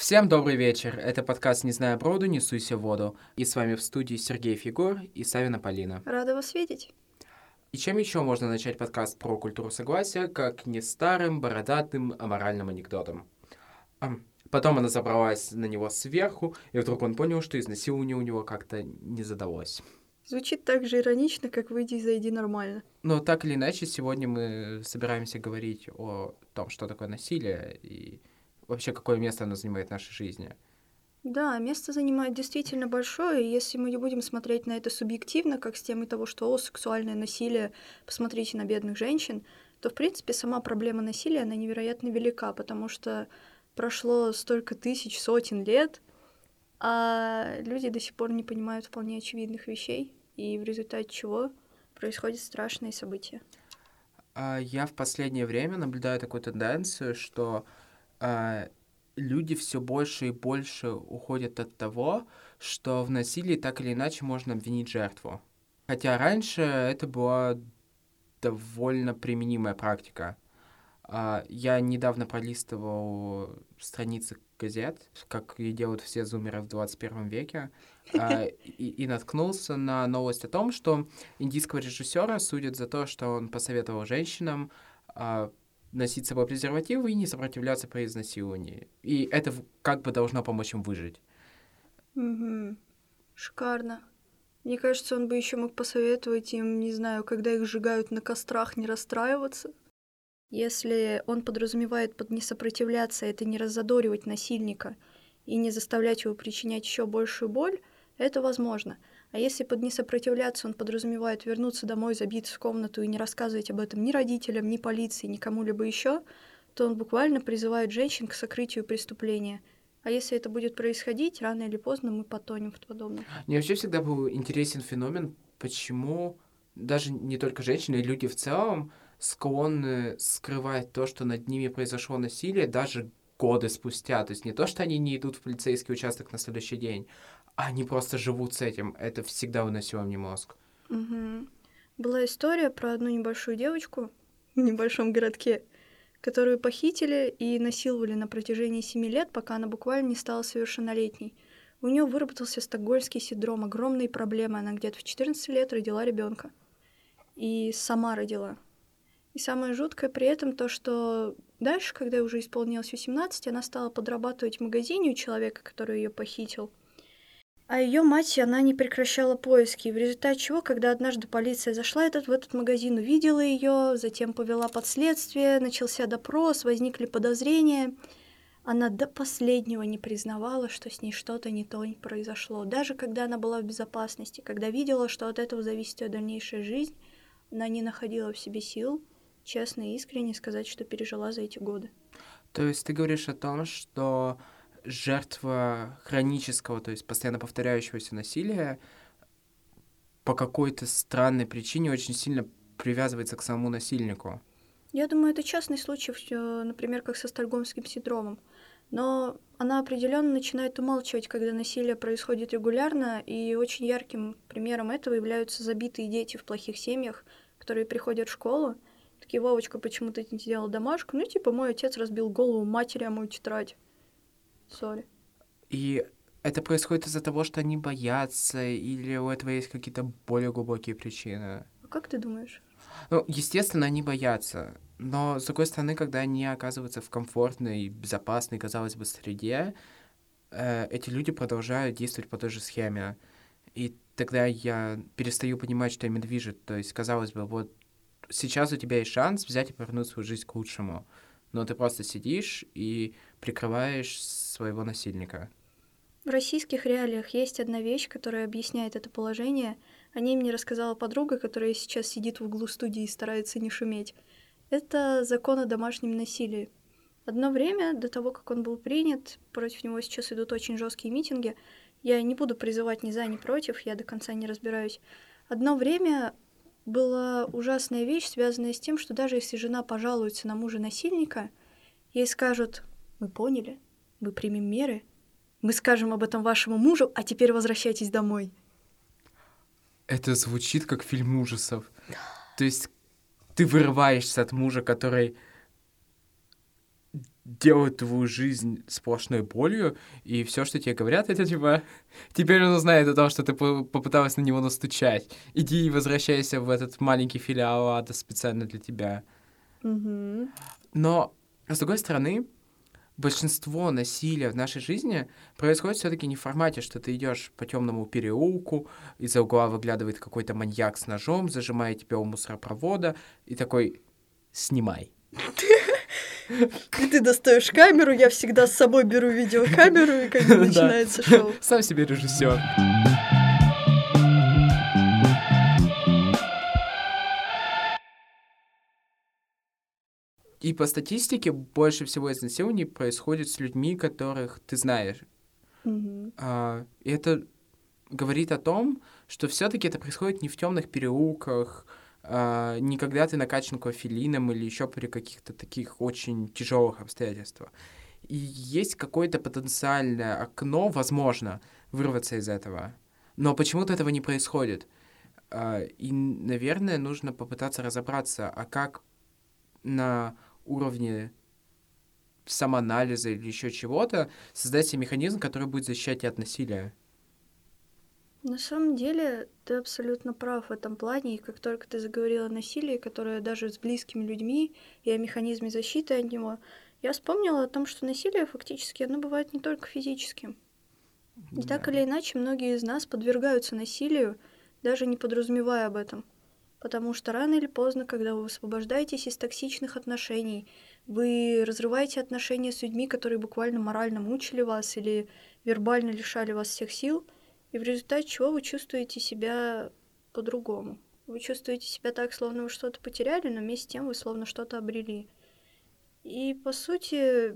Всем добрый вечер. Это подкаст «Не знаю броду, не суйся в воду». И с вами в студии Сергей Фигур и Савина Полина. Рада вас видеть. И чем еще можно начать подкаст про культуру согласия, как не старым, бородатым, аморальным анекдотом? Потом она забралась на него сверху, и вдруг он понял, что изнасилование у него как-то не задалось. Звучит так же иронично, как «выйди и зайди нормально». Но так или иначе, сегодня мы собираемся говорить о том, что такое насилие и вообще какое место оно занимает в нашей жизни. Да, место занимает действительно большое, и если мы не будем смотреть на это субъективно, как с темой того, что сексуальное насилие, посмотрите на бедных женщин, то, в принципе, сама проблема насилия, она невероятно велика, потому что прошло столько тысяч, сотен лет, а люди до сих пор не понимают вполне очевидных вещей, и в результате чего происходят страшные события. Я в последнее время наблюдаю такую тенденцию, что люди все больше и больше уходят от того, что в насилии так или иначе можно обвинить жертву. Хотя раньше это была довольно применимая практика. Я недавно пролистывал страницы газет, как и делают все зумеры в 21 веке, и наткнулся на новость о том, что индийского режиссера судят за то, что он посоветовал женщинам носить с собой презервативы и не сопротивляться при изнасиловании. И это как бы должно помочь им выжить. Угу. Шикарно. Мне кажется, он бы еще мог посоветовать им, не знаю, когда их сжигают на кострах, не расстраиваться. Если он подразумевает под не сопротивляться, это не раззадоривать насильника и не заставлять его причинять еще большую боль, это возможно. А если под не сопротивляться он подразумевает вернуться домой, забиться в комнату и не рассказывать об этом ни родителям, ни полиции, ни кому-либо еще, то он буквально призывает женщин к сокрытию преступления. А если это будет происходить, рано или поздно мы потонем в подобном. Мне вообще всегда был интересен феномен, почему даже не только женщины, и люди в целом склонны скрывать то, что над ними произошло насилие, даже годы спустя. То есть не то, что они не идут в полицейский участок на следующий день, а они просто живут с этим. Это всегда выносило мне мозг. Угу. Была история про одну небольшую девочку в небольшом городке, которую похитили и насиловали на протяжении 7 лет, пока она буквально не стала совершеннолетней. У нее выработался стокгольмский синдром, огромные проблемы. Она где-то в 14 лет родила ребенка. И сама родила. И самое жуткое при этом то, что дальше, когда ей уже исполнилось 18, она стала подрабатывать в магазине у человека, который ее похитил. А ее мать, она не прекращала поиски, в результате чего, когда однажды полиция зашла в этот магазин, увидела ее, затем повела под следствие, начался допрос, возникли подозрения. Она до последнего не признавала, что с ней что-то не то произошло. Даже когда она была в безопасности, когда видела, что от этого зависит ее дальнейшая жизнь, она не находила в себе сил честно и искренне сказать, что пережила за эти годы. То есть ты говоришь о том, что жертва хронического, то есть постоянно повторяющегося насилия по какой-то странной причине очень сильно привязывается к самому насильнику. Я думаю, это частный случай, например, как со стокгольмским синдромом. Но она определенно начинает умалчивать, когда насилие происходит регулярно, и очень ярким примером этого являются забитые дети в плохих семьях, которые приходят в школу. Такие: Вовочка, почему ты не сделал домашку? Ну, типа, мой отец разбил голову матери о мою тетрадь. Сори. И это происходит из-за того, что они боятся, или у этого есть какие-то более глубокие причины? А как ты думаешь? Ну, естественно, они боятся. Но, с другой стороны, когда они оказываются в комфортной, безопасной, казалось бы, среде, эти люди продолжают действовать по той же схеме. И тогда я перестаю понимать, что ими движет. То есть, казалось бы, вот сейчас у тебя есть шанс взять и повернуть свою жизнь к лучшему. Но ты просто сидишь и прикрываешь своего насильника. В российских реалиях есть одна вещь, которая объясняет это положение. О ней мне рассказала подруга, которая сейчас сидит в углу студии и старается не шуметь. Это закон о домашнем насилии. Одно время, до того, как он был принят, против него сейчас идут очень жесткие митинги. Я не буду призывать ни за, ни против, я до конца не разбираюсь. Одно время была ужасная вещь, связанная с тем, что даже если жена пожалуется на мужа-насильника, ей скажут: «Мы поняли, мы примем меры, мы скажем об этом вашему мужу, а теперь возвращайтесь домой». Это звучит как фильм ужасов. То есть ты вырываешься от мужа, который делают твою жизнь сплошной болью, и все, что тебе говорят, это типа, теперь он узнает о том, что ты попыталась на него настучать. Иди и возвращайся в этот маленький филиал ада специально для тебя. Мгм. Но, с другой стороны, большинство насилия в нашей жизни происходит все-таки не в формате, что ты идешь по темному переулку, из-за угла выглядывает какой-то маньяк с ножом, зажимает тебя у мусоропровода и такой «снимай». И ты достаешь камеру, я всегда с собой беру видеокамеру, и как бы Да. начинается шоу. Сам себе режиссер. И по статистике больше всего изнасилований происходит с людьми, которых ты знаешь. Мгм. И это говорит о том, что все-таки это происходит не в темных переулках, не когда ты накачан кофеином или еще при каких-то таких очень тяжелых обстоятельствах. И есть какое-то потенциальное окно, возможно, вырваться из этого. Но почему-то этого не происходит. И, наверное, нужно попытаться разобраться, а как на уровне самоанализа или еще чего-то создать себе механизм, который будет защищать тебя от насилия. На самом деле, ты абсолютно прав в этом плане, и как только ты заговорила о насилии, которое даже с близкими людьми, и о механизме защиты от него, я вспомнила о том, что насилие фактически, оно бывает не только физическим. И так Да. или иначе, многие из нас подвергаются насилию, даже не подразумевая об этом. Потому что рано или поздно, когда вы освобождаетесь из токсичных отношений, вы разрываете отношения с людьми, которые буквально морально мучили вас или вербально лишали вас всех сил, и в результате чего вы чувствуете себя по-другому. Вы чувствуете себя так, словно вы что-то потеряли, но вместе с тем вы словно что-то обрели. И, по сути,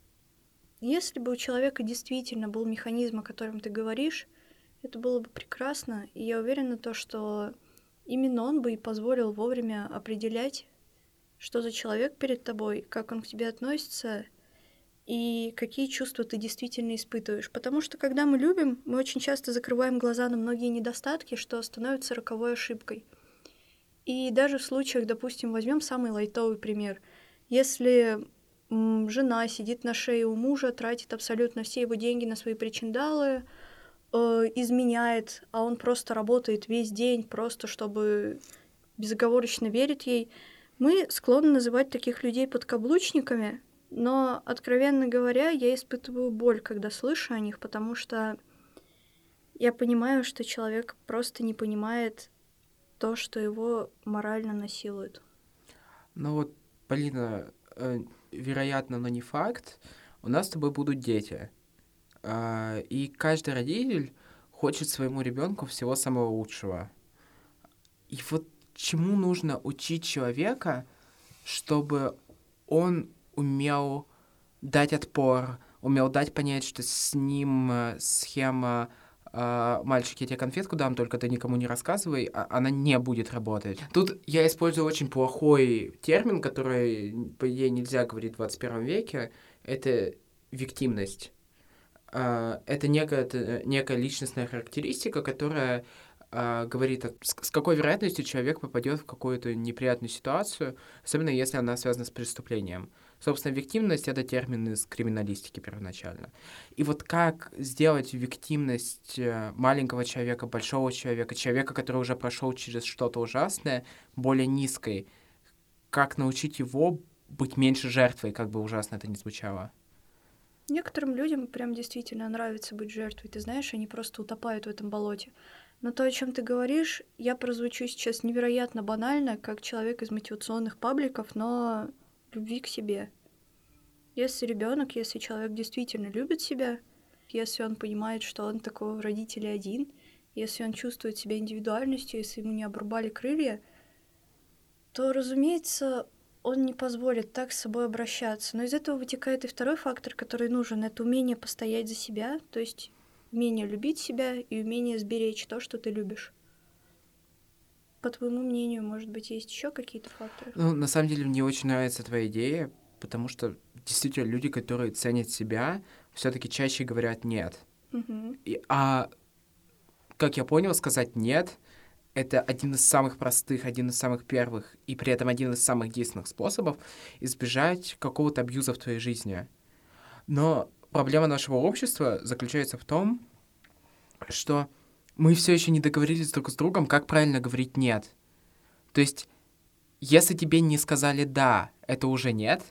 если бы у человека действительно был механизм, о котором ты говоришь, это было бы прекрасно, и я уверена, что именно он бы и позволил вовремя определять, что за человек перед тобой, как он к тебе относится и какие чувства ты действительно испытываешь. Потому что когда мы любим, мы очень часто закрываем глаза на многие недостатки, что становится роковой ошибкой. И даже в случаях, допустим, возьмем самый лайтовый пример. Если жена сидит на шее у мужа, тратит абсолютно все его деньги на свои причиндалы, изменяет, а он просто работает весь день, просто чтобы безоговорочно верить ей, мы склонны называть таких людей подкаблучниками, но, откровенно говоря, я испытываю боль, когда слышу о них, потому что я понимаю, что человек просто не понимает то, что его морально насилуют. Ну вот, Полина, вероятно, но не факт, у нас с тобой будут дети. И каждый родитель хочет своему ребенку всего самого лучшего. И вот чему нужно учить человека, чтобы он умел дать отпор, умел дать понять, что с ним схема «мальчик, я тебе конфетку дам, только ты никому не рассказывай», она не будет работать. Тут я использую очень плохой термин, который, по идее, нельзя говорить в 21 веке. Это виктимность. Это некая личностная характеристика, которая говорит, с какой вероятностью человек попадет в какую-то неприятную ситуацию, особенно если она связана с преступлением. Собственно, виктимность — это термин из криминалистики первоначально. И вот как сделать виктимность маленького человека, большого человека, человека, который уже прошел через что-то ужасное, более низкой? Как научить его быть меньше жертвой, как бы ужасно это ни звучало? Некоторым людям прям действительно нравится быть жертвой, ты знаешь, они просто утопают в этом болоте. Но то, о чем ты говоришь, я прозвучу сейчас невероятно банально, как человек из мотивационных пабликов, но любви к себе. Если человек действительно любит себя, если он понимает, что он такой в родителе один, если он чувствует себя индивидуальностью, если ему не обрубали крылья, то, разумеется, он не позволит так с собой обращаться. Но из этого вытекает и второй фактор, который нужен. Это умение постоять за себя, то есть умение любить себя и умение сберечь то, что ты любишь. По твоему мнению, может быть, есть еще какие-то факторы? Ну, на самом деле, мне очень нравится твоя идея, потому что действительно люди, которые ценят себя, все-таки чаще говорят нет. Угу. Как я понял, сказать нет это один из самых простых, один из самых первых и при этом один из самых действенных способов избежать какого-то абьюза в твоей жизни. Но проблема нашего общества заключается в том, что мы все еще не договорились друг с другом, как правильно говорить «нет». То есть, если тебе не сказали «да», это уже «нет»,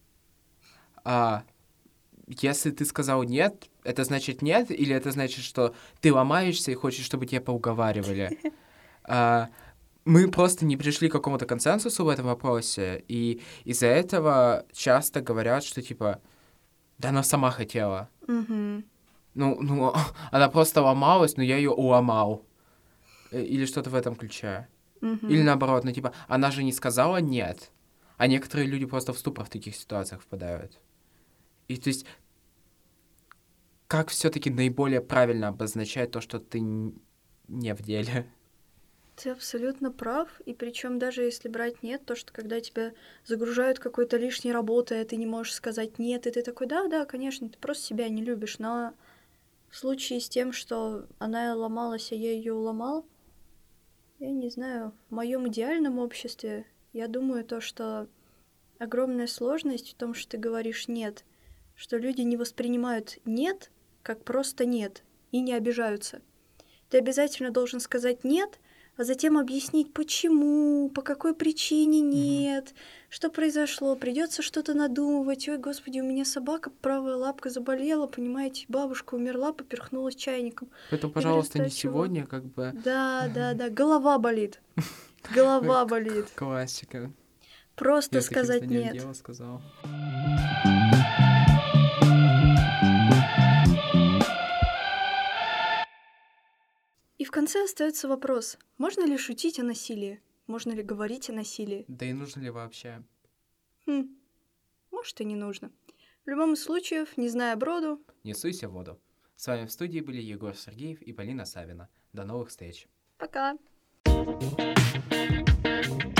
а если ты сказал «нет», это значит «нет», или это значит, что ты ломаешься и хочешь, чтобы тебя поуговаривали. Мы просто не пришли к какому-то консенсусу в этом вопросе, и из-за этого часто говорят, что типа «да она сама хотела». Ну, она просто ломалась, но я ее уломал. Или что-то в этом ключе. Или наоборот, ну типа, она же не сказала «нет». А некоторые люди просто в ступор в таких ситуациях впадают. И то есть, как все-таки наиболее правильно обозначать то, что ты не в деле? Ты абсолютно прав, и причем даже если брать «нет», то, что когда тебя загружают какой-то лишней работой, а ты не можешь сказать «нет», и ты такой «да, конечно, ты просто себя не любишь», но в случае с тем, что она ломалась, а я ее уломал, я не знаю, в моем идеальном обществе, я думаю, то, что огромная сложность в том, что ты говоришь «нет», что люди не воспринимают «нет» как просто «нет» и не обижаются. Ты обязательно должен сказать «нет», а затем объяснить, почему, по какой причине нет, что произошло, придется что-то надумывать. Ой, господи, у меня собака, правая лапка заболела, понимаете, бабушка умерла, поперхнулась чайником. Поэтому, пожалуйста, не сегодня, как бы... Да, голова болит. Голова болит. Классика. Просто сказать нет. Дело сказал. И в конце остается вопрос, можно ли шутить о насилии? Можно ли говорить о насилии? Да и нужно ли вообще? Может, и не нужно. В любом случае, не зная броду... Не суйся в воду. С вами в студии были Егор Сергеев и Полина Савина. До новых встреч. Пока!